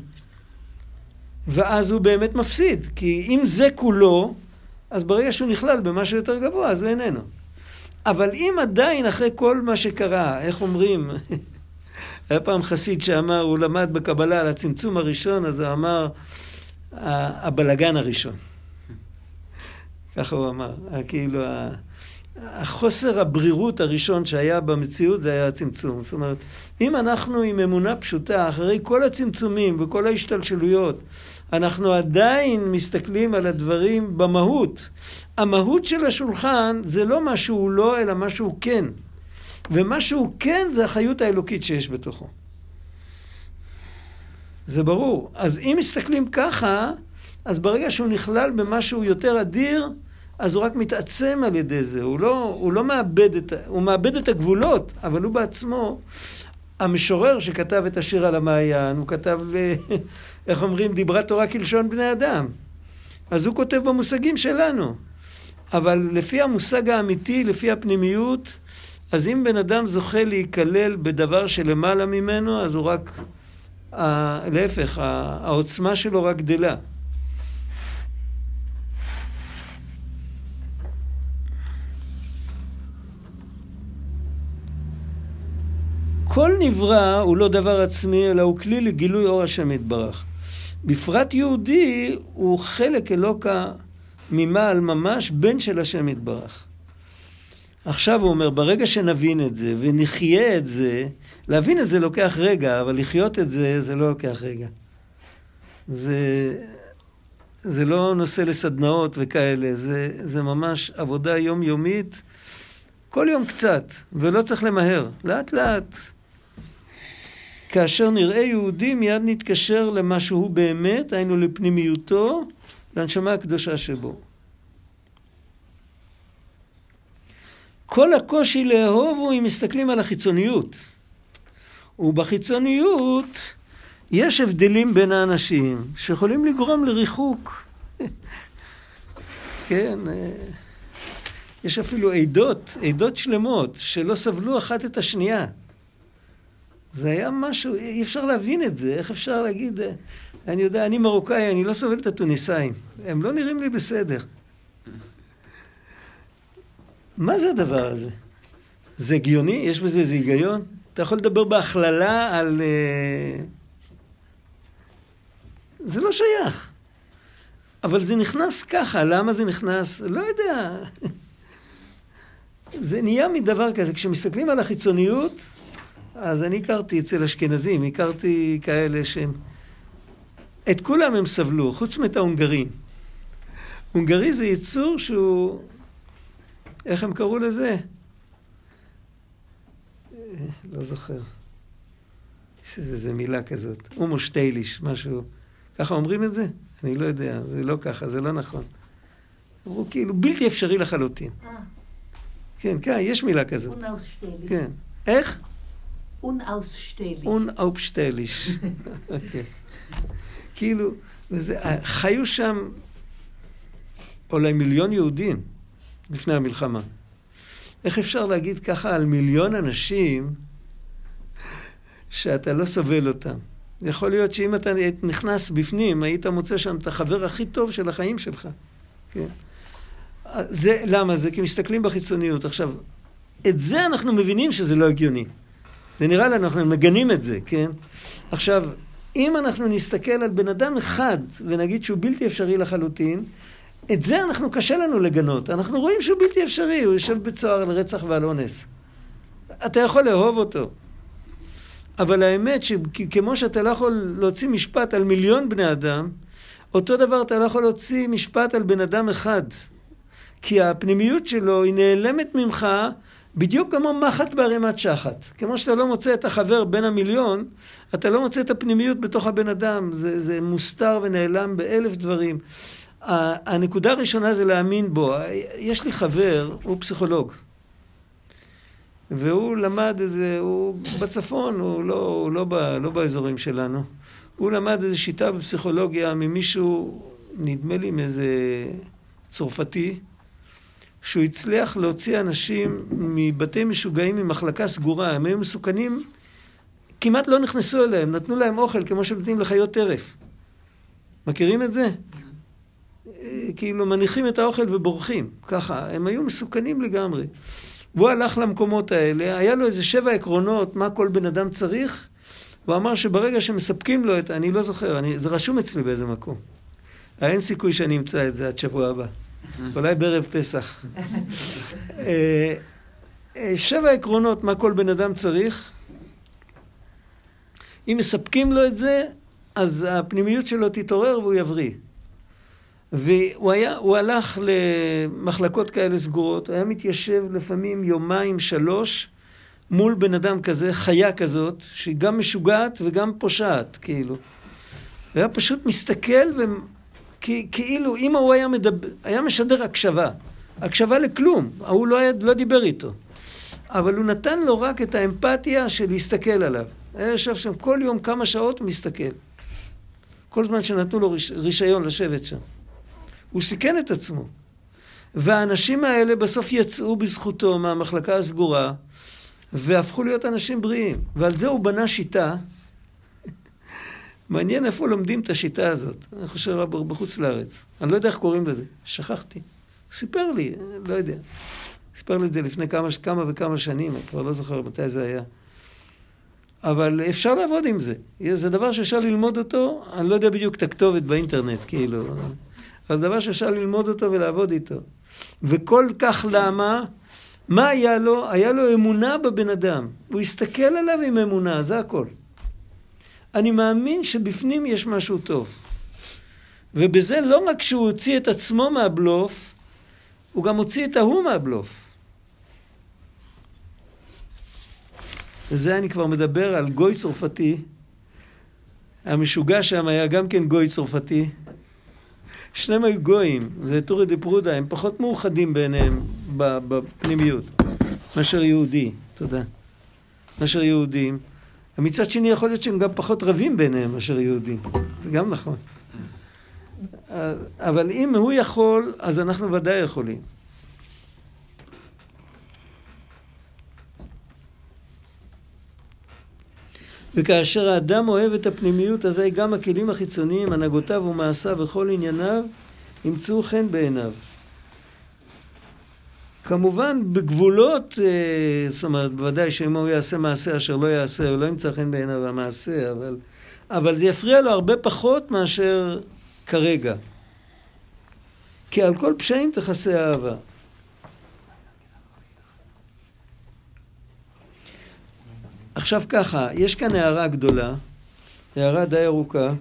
ואז הוא באמת מפסיד. כי אם זה כולו, אז ברגע שהוא נכלל במשהו יותר גבוה, אז הוא איננו. אבל אם עדיין אחרי כל מה שקרה, איך אומרים? היה פעם חסיד שאמר, הוא למד בקבלה על הצמצום הראשון, אז הוא אמר, הבלגן הראשון. ככה הוא אמר. כאילו, החוסר הברירות הראשון שהיה במציאות, זה היה הצמצום. זאת אומרת, אם אנחנו עם אמונה פשוטה, אחרי כל הצמצומים וכל ההשתלשלויות, אנחנו עדיין מסתכלים על הדברים במהות. המהות של השולחן זה לא משהו לא, אלא משהו כן. ומשהו כן זה החיות האלוקית שיש בתוכו. זה ברור. אז אם מסתכלים ככה, אז ברגע שהוא נכלל במשהו יותר אדיר, אז הוא רק מתעצם על ידי זה. הוא לא מאבד הוא מאבד את הגבולות, אבל הוא בעצמו, המשורר שכתב את השיר על המעיין, הוא כתב, איך אומרים, דיברה תורה כלשון בני אדם. אז הוא כותב במושגים שלנו. אבל לפי המושג האמיתי, לפי הפנימיות, אז אם בן אדם זוכה להיכלל בדבר שלמעלה ממנו, אז הוא רק, להפך, העוצמה שלו רק גדלה. כל נברא הוא לא דבר עצמי, אלא הוא כלי לגילוי אור השם יתברך. בפרט יהודי הוא חלק אלוקה ממעל ממש, בן של השם יתברך. עכשיו הוא אומר, ברגע שנבין את זה ונחיה את זה, להבין את זה לוקח רגע, אבל לחיות את זה, זה לא לוקח רגע. זה לא נושא לסדנאות וכאלה, זה ממש עבודה יומיומית, כל יום קצת, ולא צריך למהר, לאט לאט. כאשר נראה יהודי מיד נתקשר למה שהוא באמת, היינו לפנימיותו, להנשמה הקדושה שבו. כל הקושי לאהוב הוא אם מסתכלים על החיצוניות. ובחיצוניות יש הבדלים בין האנשים שיכולים לגרום לריחוק. כן, יש אפילו עדות שלמות שלא סבלו אחת את השנייה. זה היה משהו, אי אפשר להבין את זה. איך אפשר להגיד, אני יודע, אני מרוקאי, אני לא סובל את התוניסאים. הם לא נראים לי בסדר. מה זה הדבר הזה? זה הגיוני? יש בזה איזה היגיון? אתה יכול לדבר בהכללה על... זה לא שייך. אבל זה נכנס ככה. למה זה נכנס? לא יודע. זה נהיה מדבר כזה. כשמסתכלים על החיצוניות, אז אני הכרתי אצל אשכנזים, הכרתי כאלה שהם... את כולם הם סבלו, חוץ מאת ההונגרים. הונגרי זה יצור שהוא... איך הם קראו לזה? לא זוכר. יש איזו מילה כזאת. הומושטייליש, משהו. ככה אומרים את זה? אני לא יודע, זה לא ככה, זה לא נכון. אמרו כאילו בלתי אפשרי לחלוטין. כן, כן, יש מילה כזאת. אונאוסשטייליש. כן. איך? אונאוסשטייליש. אונאוסשטייליש. אוקיי. כאילו, חיו שם אולי 1,000,000 יהודים לפני המלחמה. איך אפשר להגיד ככה על 1,000,000 אנשים שאתה לא סובל אותם? יכול להיות שאם אתה נכנס בפנים, היית מוצא שם את החבר הכי טוב של החיים שלך. כן. זה, למה? זה כי מסתכלים בחיצוניות. עכשיו, את זה אנחנו מבינים שזה לא הגיוני. זה נראה לנו, אנחנו מגנים את זה, כן? עכשיו, אם אנחנו נסתכל על בן אדם אחד ונגיד שהוא בלתי אפשרי לחלוטין, את זה אנחנו קשה לנו לגנות. אנחנו רואים שהוא בלתי אפשרי, הוא יושב בצוהר על רצח ועל אונס. אתה יכול לאהוב אותו. אבל האמת שכמו שאתה לא יכול להוציא משפט על 1,000,000 בני אדם, אותו דבר אתה לא יכול להוציא משפט על בן אדם אחד. כי הפנימיות שלו היא נעלמת ממך בדיוק כמו מחט בערימת שחת. כמו שאתה לא מוצא את החבר בין 1,000,000, אתה לא מוצא את הפנימיות בתוך הבן אדם. זה מוסתר ונעלם ב1,000 דברים. הנקודה הראשונה זה להאמין בו. יש לי חבר, הוא פסיכולוג. והוא למד הוא בצפון, הוא לא באזורים שלנו. הוא למד איזו שיטה בפסיכולוגיה ממישהו, נדמה לי מאיזה צרפתי, שהוא הצליח להוציא אנשים מבתי משוגעים ממחלקה סגורה. הם היו מסוכנים, כמעט לא נכנסו אליהם, נתנו להם אוכל כמו שנותנים לחיות טרף. מכירים את זה? כאילו מניחים את האוכל ובורחים. ככה, הם היו מסוכנים לגמרי. והוא הלך למקומות האלה, היה לו איזה 7 עקרונות, מה כל בן אדם צריך, הוא אמר שברגע שמספקים לו את, אני לא זוכר, זה רשום אצלי באיזה מקום. אין סיכוי שאני אמצא את זה עד שבוע הבא. אולי בערב פסח. 7 עקרונות, מה כל בן אדם צריך. אם מספקים לו את זה, אז הפנימיות שלו תתעורר והוא יבריא. והוא הלך למחלקות כאלה סגורות, היה מתיישב לפעמים 2-3 מול בן אדם כזה, חיה כזאת, שהיא גם משוגעת וגם פושעת, כאילו. והיה פשוט מסתכל, כאילו, אם הוא היה משדר הקשבה לכלום, הוא לא דיבר איתו. אבל הוא נתן לו רק את האמפתיה של להסתכל עליו. היה יושב שם כל יום כמה שעות מסתכל. כל זמן שנתנו לו רישיון לשבת שם. הוא סיכן את עצמו. והאנשים האלה בסוף יצאו בזכותו מהמחלקה הסגורה, והפכו להיות אנשים בריאים. ועל זה הוא בנה שיטה. מעניין איפה לומדים את השיטה הזאת. אני חושב בחוץ לארץ. אני לא יודע איך קוראים לזה. שכחתי. הוא סיפר לי, לא יודע. סיפר לי את זה לפני כמה וכמה שנים. אני כבר לא זוכר מתי זה היה. אבל אפשר לעבוד עם זה. זה דבר שאפשר ללמוד אותו. אני לא יודע בדיוק את הכתובת באינטרנט, כאילו. אבל דבר שאפשר ללמוד אותו ולעבוד איתו. וכל כך למה? מה היה לו? היה לו אמונה בבן אדם. הוא הסתכל עליו עם אמונה, זה הכל. אני מאמין שבפנים יש משהו טוב. ובזה לא רק שהוא הוציא את עצמו מהבלוף, הוא גם הוציא את ההוא מהבלוף. וזה אני כבר מדבר על גוי צרפתי. המשוגע שם היה גם כן גוי צרפתי. שניהם היו גויים, זה טורי דה פרודה, הם פחות מאוחדים ביניהם בפנימיות, מאשר יהודי, תודה. מאשר יהודים. מצד שני יכול להיות שהם גם פחות רבים ביניהם מאשר יהודים, זה גם נכון. אבל אם הוא יכול, אז אנחנו ודאי יכולים. וכאשר האדם אוהב את הפנימיות, אזי גם הכלים החיצוניים, הנהגותיו ומעשיו וכל ענייניו, ימצאו חן בעיניו. כמובן, בגבולות, זאת אומרת, בוודאי שאם הוא יעשה מעשה אשר לא יעשה, הוא לא ימצא חן בעיניו המעשה, אבל זה יפריע לו הרבה פחות מאשר כרגע. כי על כל פשעים תכסה אהבה. עכשיו ככה, יש כאן הערה גדולה, הערה די ארוכה.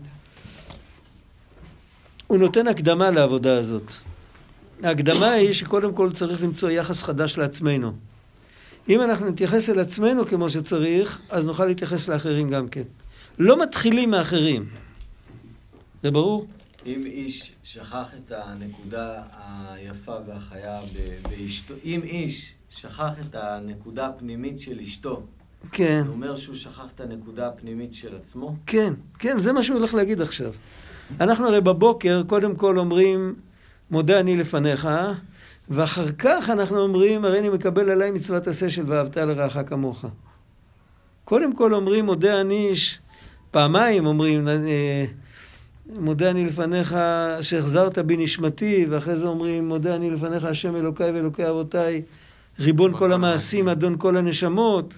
הוא נותן הקדמה לעבודה הזאת. ההקדמה היא שקודם כל צריך למצוא יחס חדש לעצמנו. אם אנחנו נתייחס אל עצמנו כמו שצריך, אז נוכל להתייחס לאחרים גם כן. לא מתחילים מאחרים. זה ברור? אם איש שכח את הנקודה היפה והחיה באשתו, אם איש שכח את הנקודה הפנימית של אשתו, כן. הוא אומר שהוא שכח את הנקודה הפנימית של עצמו? כן, כן, זה מה שהוא הולך להגיד עכשיו. אנחנו הרי בבוקר קודם כל אומרים, מודה אני לפניך, ואחר כך אנחנו אומרים, הרי אני מקבל עליי מצוות עשה של ואהבת לרעך כמוך. קודם כל אומרים, מודה אני, פעמיים אומרים, מודה אני לפניך שהחזרת בי נשמתי, ואחרי זה אומרים, מודה אני לפניך השם אלוקיי ואלוקי אבותיי, ריבון כל המעשים, אדון כל הנשמות.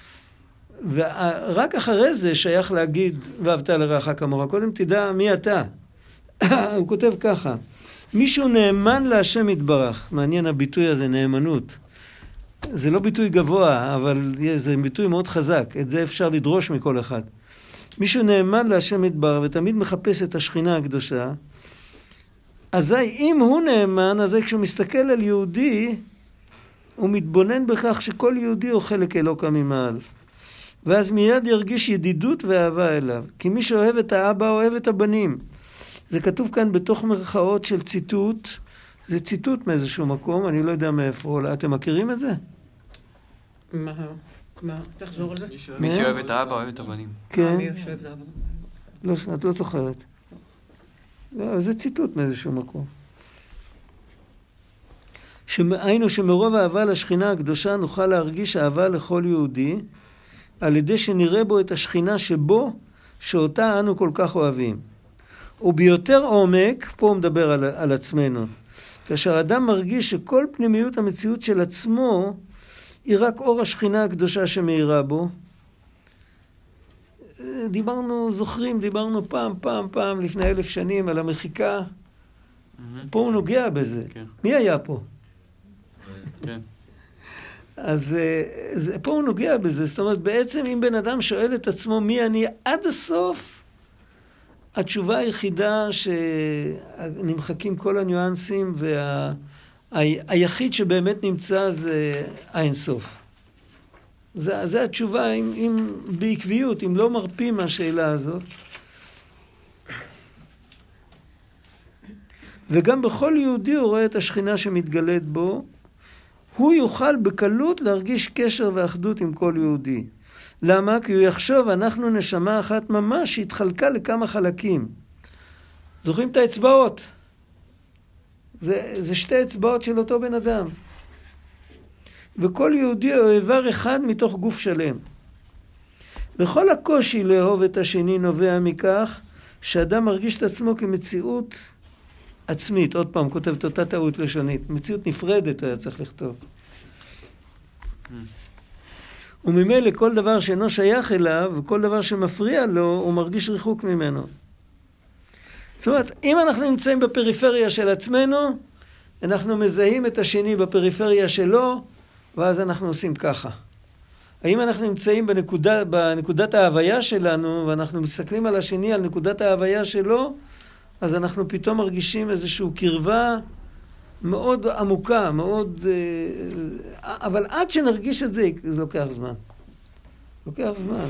ורק אחרי זה שייך להגיד ואהבת לרעך כמוך. קודם תדע מי אתה. הוא כותב ככה, מישהו נאמן להשם יתברך. מעניין הביטוי הזה, נאמנות. זה לא ביטוי גבוה, אבל זה ביטוי מאוד חזק. את זה אפשר לדרוש מכל אחד. מישהו נאמן להשם יתברך ותמיד מחפש את השכינה הקדושה. אזי אם הוא נאמן, אזי כשהוא מסתכל על יהודי, הוא מתבונן בכך שכל יהודי הוא חלק אלוקה ממעל. ואז מיד ירגיש ידידות ואהבה אליו. כי מי שאוהב את האבא אוהב את הבנים. זה כתוב כאן בתוך מרכאות של ציטוט. זה ציטוט מאיזשהו מקום, אני לא יודע מאיפה. אתם מכירים את זה? מה? תחזור על זה. מי שאוהב את האבא אוהב את הבנים. כן. מי יושב את האבא? לא, את לא זוכרת. זה ציטוט מאיזשהו מקום. היינו שמרוב אהבה לשכינה הקדושה נוכל להרגיש אהבה לכל יהודי, על ידי שנראה בו את השכינה שבו, שאותה אנו כל כך אוהבים. וביותר עומק, פה הוא מדבר על עצמנו, כאשר אדם מרגיש שכל פנימיות המציאות של עצמו היא רק אור השכינה הקדושה שמאירה בו. דיברנו פעם לפני 1000 שנים על המחיקה. פה הוא נוגע בזה. כן. מי היה פה? כן. אז פה הוא נוגע בזה. זאת אומרת, בעצם אם בן אדם שואל את עצמו מי אני עד הסוף, התשובה היחידה שנמחקים כל הניואנסים, והיחיד שבאמת נמצא זה האינסוף. זה התשובה, אם בעקביות, אם לא מרפים מהשאלה הזאת. וגם בכל יהודי הוא רואה את השכינה שמתגלית בו, הוא יוכל בקלות להרגיש קשר ואחדות עם כל יהודי. למה? כי הוא יחשוב, אנחנו נשמה אחת ממש שהתחלקה לכמה חלקים. זוכרים את האצבעות? זה 2 אצבעות של אותו בן אדם. וכל יהודי הוא איבר אחד מתוך גוף שלם. וכל הקושי לאהוב את השני נובע מכך שאדם מרגיש את עצמו כמציאות עצמית. עוד פעם, כותבת אותה טעות לשונית. מציאות נפרדת היה צריך לכתוב. וממילא כל דבר שאינו שייך אליו, וכל דבר שמפריע לו, הוא מרגיש ריחוק ממנו. זאת אומרת, אם אנחנו נמצאים בפריפריה של עצמנו, אנחנו מזהים את השני בפריפריה שלו, ואז אנחנו עושים ככה. האם אנחנו נמצאים בנקודת ההוויה שלנו, ואנחנו מסתכלים על השני על נקודת ההוויה שלו, אז אנחנו פתאום מרגישים איזושהי קרבה מאוד עמוקה, מאוד... אבל עד שנרגיש את זה, זה לוקח זמן. לוקח זמן.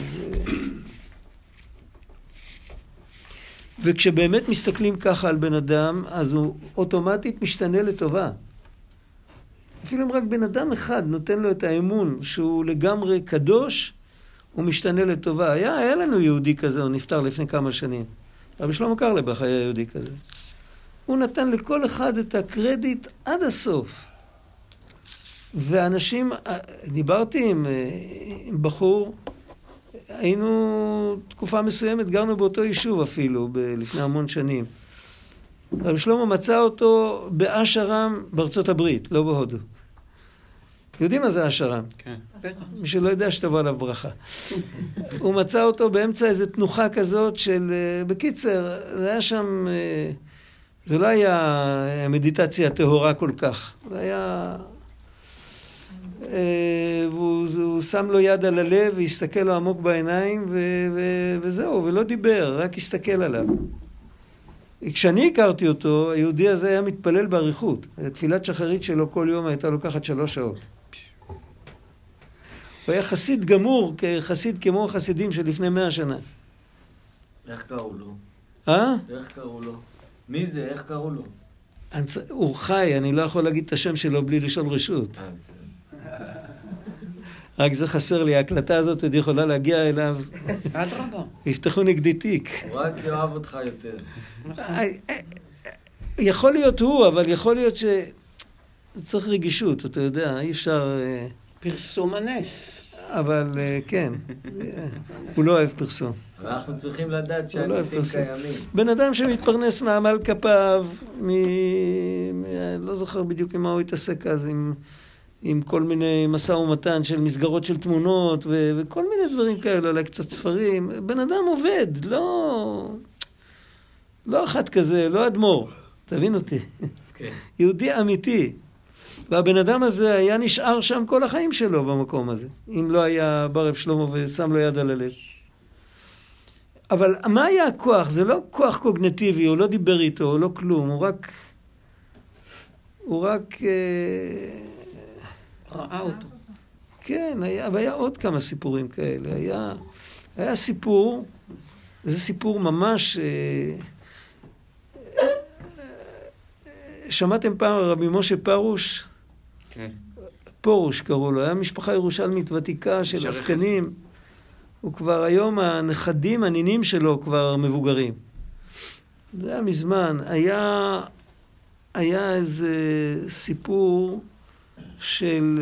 וכשבאמת מסתכלים ככה על בן אדם, אז הוא אוטומטית משתנה לטובה. אפילו אם רק בן אדם אחד נותן לו את האמון שהוא לגמרי קדוש, הוא משתנה לטובה. היה לנו יהודי כזה, הוא נפטר לפני כמה שנים. רבי שלמה קרליבך היה יהודי כזה. הוא נתן לכל אחד את הקרדיט עד הסוף. ואנשים, דיברתי עם בחור, היינו תקופה מסוימת, גרנו באותו יישוב אפילו, לפני המון שנים. רבי שלמה מצא אותו באשרם בארצות הברית, לא בהודו. יודעים מה זה אשרם? כן. מי שלא יודע שתבוא עליו ברכה. הוא מצא אותו באמצע איזו תנוחה כזאת של... בקיצר, זה היה שם... זה לא היה מדיטציה טהורה כל כך. זה היה... והוא שם לו יד על הלב והסתכל לו עמוק בעיניים וזהו, ולא דיבר, רק הסתכל עליו. כשאני הכרתי אותו, היהודי הזה היה מתפלל באריכות. תפילת שחרית שלו כל יום הייתה לוקחת 3 שעות. הוא היה חסיד גמור, חסיד כמו החסידים של לפני 100 שנה. איך קראו לו? איך קראו לו? מי זה? איך קראו לו? הוא חי, אני לא יכול להגיד את השם שלו בלי לשאול רשות. בסדר. רק זה חסר לי, ההקלטה הזאת עוד יכולה להגיע אליו. אדרבה. יפתחו נגדי תיק. הוא רק יאהב אותך יותר. יכול להיות הוא, אבל יכול להיות צריך רגישות, אתה יודע, אי אפשר... פרסום הנס. אבל כן, הוא לא אוהב פרסום. אנחנו צריכים לדעת שהניסים קיימים. בן אדם שמתפרנס מעמל כפיו, לא זוכר בדיוק עם מה הוא התעסק אז, עם כל מיני מסע ומתן של מסגרות של תמונות וכל מיני דברים כאלה, אולי קצת ספרים. בן אדם עובד, לא אחד כזה, לא אדמו"ר, תבין אותי. יהודי אמיתי. והבן אדם הזה היה נשאר שם כל החיים שלו במקום הזה, אם לא היה ברב שלמה ושם לו יד על הלב. אבל מה היה הכוח? זה לא כוח קוגניטיבי, הוא לא דיבר איתו, הוא לא כלום, הוא רק ראה אותו. כן, היה עוד כמה סיפורים כאלה. היה סיפור, זה סיפור ממש... שמעתם פעם רבי משה פרוש? כן. פרוש קראו לו, היה משפחה ירושלמית ותיקה של עסקנים. הוא כבר היום, הנכדים, הנינים שלו כבר מבוגרים. זה היה מזמן. היה איזה סיפור של...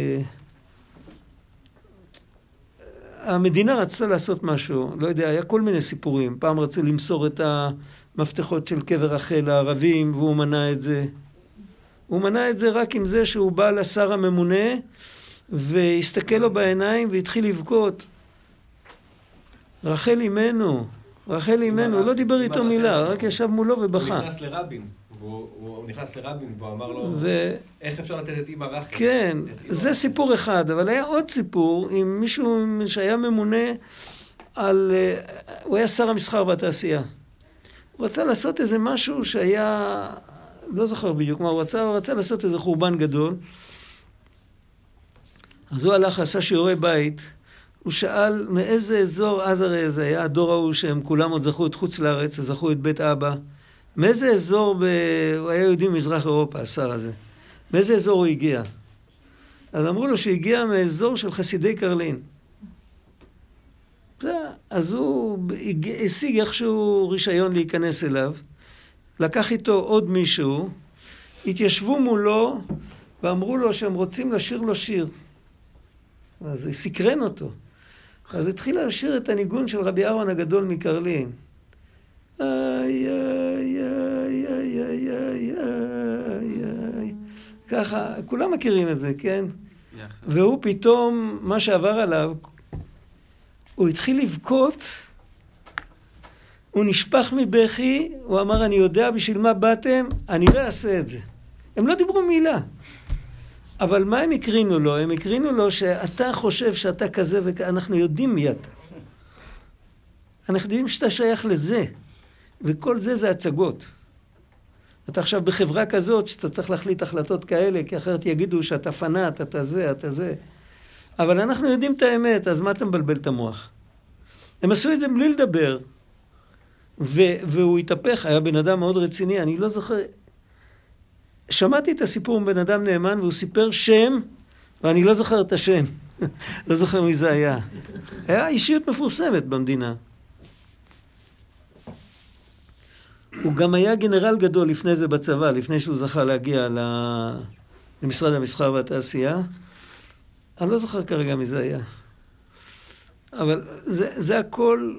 המדינה רצתה לעשות משהו, לא יודע, היה כל מיני סיפורים. פעם רצו למסור את המפתחות של קבר רחל לערבים, והוא מנע את זה. הוא מנע את זה רק עם זה שהוא בא לשר הממונה, והסתכל לו בעיניים והתחיל לבכות. רחל אימנו, רחל אימנו, הוא לא דיבר איתו מילה, רק ישב מולו ובכה. הוא נכנס לרבין, הוא נכנס לרבין והוא אמר לו, איך אפשר לתת את אמא רחל? כן, זה סיפור אחד, אבל היה עוד סיפור עם מישהו שהיה ממונה על, הוא היה שר המסחר והתעשייה. הוא רצה לעשות איזה משהו שהיה, לא זוכר בדיוק מה הוא רצה לעשות איזה חורבן גדול. אז הוא הלך, עשה שיעורי בית, הוא שאל מאיזה אזור, אז הרי זה היה הדור ההוא שהם כולם עוד זכו את חוץ לארץ, זכו את בית אבא. מאיזה אזור, הוא היה יהודי מזרח אירופה, השר הזה. מאיזה אזור הוא הגיע? אז אמרו לו שהגיע מאזור של חסידי קרלין. אז הוא השיג איכשהו רישיון להיכנס אליו, לקח איתו עוד מישהו, התיישבו מולו ואמרו לו שהם רוצים לשיר לו שיר. אז זה סקרן אותו. אז התחיל לשיר את הניגון של רבי אהרון הגדול מקרלין. איי, איי, איי, איי, איי, איי, איי. ככה, כולם מכירים את זה, כן? והוא פתאום, מה שעבר עליו, הוא התחיל לבכות, הוא נשפך מבכי, הוא אמר, אני יודע בשביל מה באתם, אני לא אעשה את זה. הם לא דיברו מילה. אבל מה הם הקרינו לו? הם הקרינו לו שאתה חושב שאתה כזה ואנחנו יודעים מי אתה. אנחנו יודעים שאתה שייך לזה. וכל זה זה הצגות. אתה עכשיו בחברה כזאת שאתה צריך להחליט החלטות כאלה, כי אחרת יגידו שאתה פנאט, אתה זה, אתה זה. אבל אנחנו יודעים את האמת, אז מה אתה מבלבל את המוח? הם עשו את זה בלי לדבר. והוא התהפך, היה בן אדם מאוד רציני, אני לא זוכר... שמעתי את הסיפור עם בן אדם נאמן, והוא סיפר שם, ואני לא זוכר את השם. לא זוכר מי זה היה. היה אישיות מפורסמת במדינה. הוא גם היה גנרל גדול לפני זה בצבא, לפני שהוא זכה להגיע למשרד המסחר והתעשייה. אני לא זוכר כרגע מי זה היה. אבל זה הכל...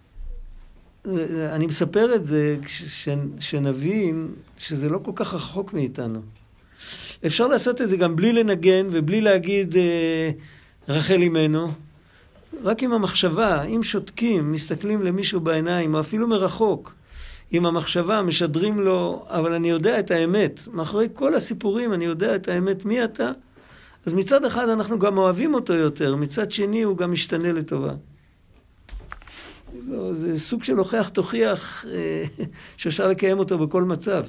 אני מספר את זה שנבין שזה לא כל כך רחוק מאיתנו. אפשר לעשות את זה גם בלי לנגן ובלי להגיד רחל אימנו. רק עם המחשבה, אם שותקים, מסתכלים למישהו בעיניים, או אפילו מרחוק, עם המחשבה משדרים לו, אבל אני יודע את האמת. מאחורי כל הסיפורים אני יודע את האמת מי אתה. אז מצד אחד אנחנו גם אוהבים אותו יותר, מצד שני הוא גם משתנה לטובה. לא, זה סוג של הוכח תוכיח שאפשר לקיים אותו בכל מצב.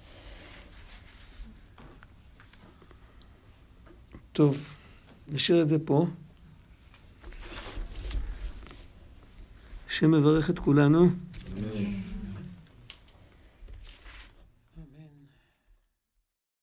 טוב, נשאיר את זה פה. שמברך את כולנו.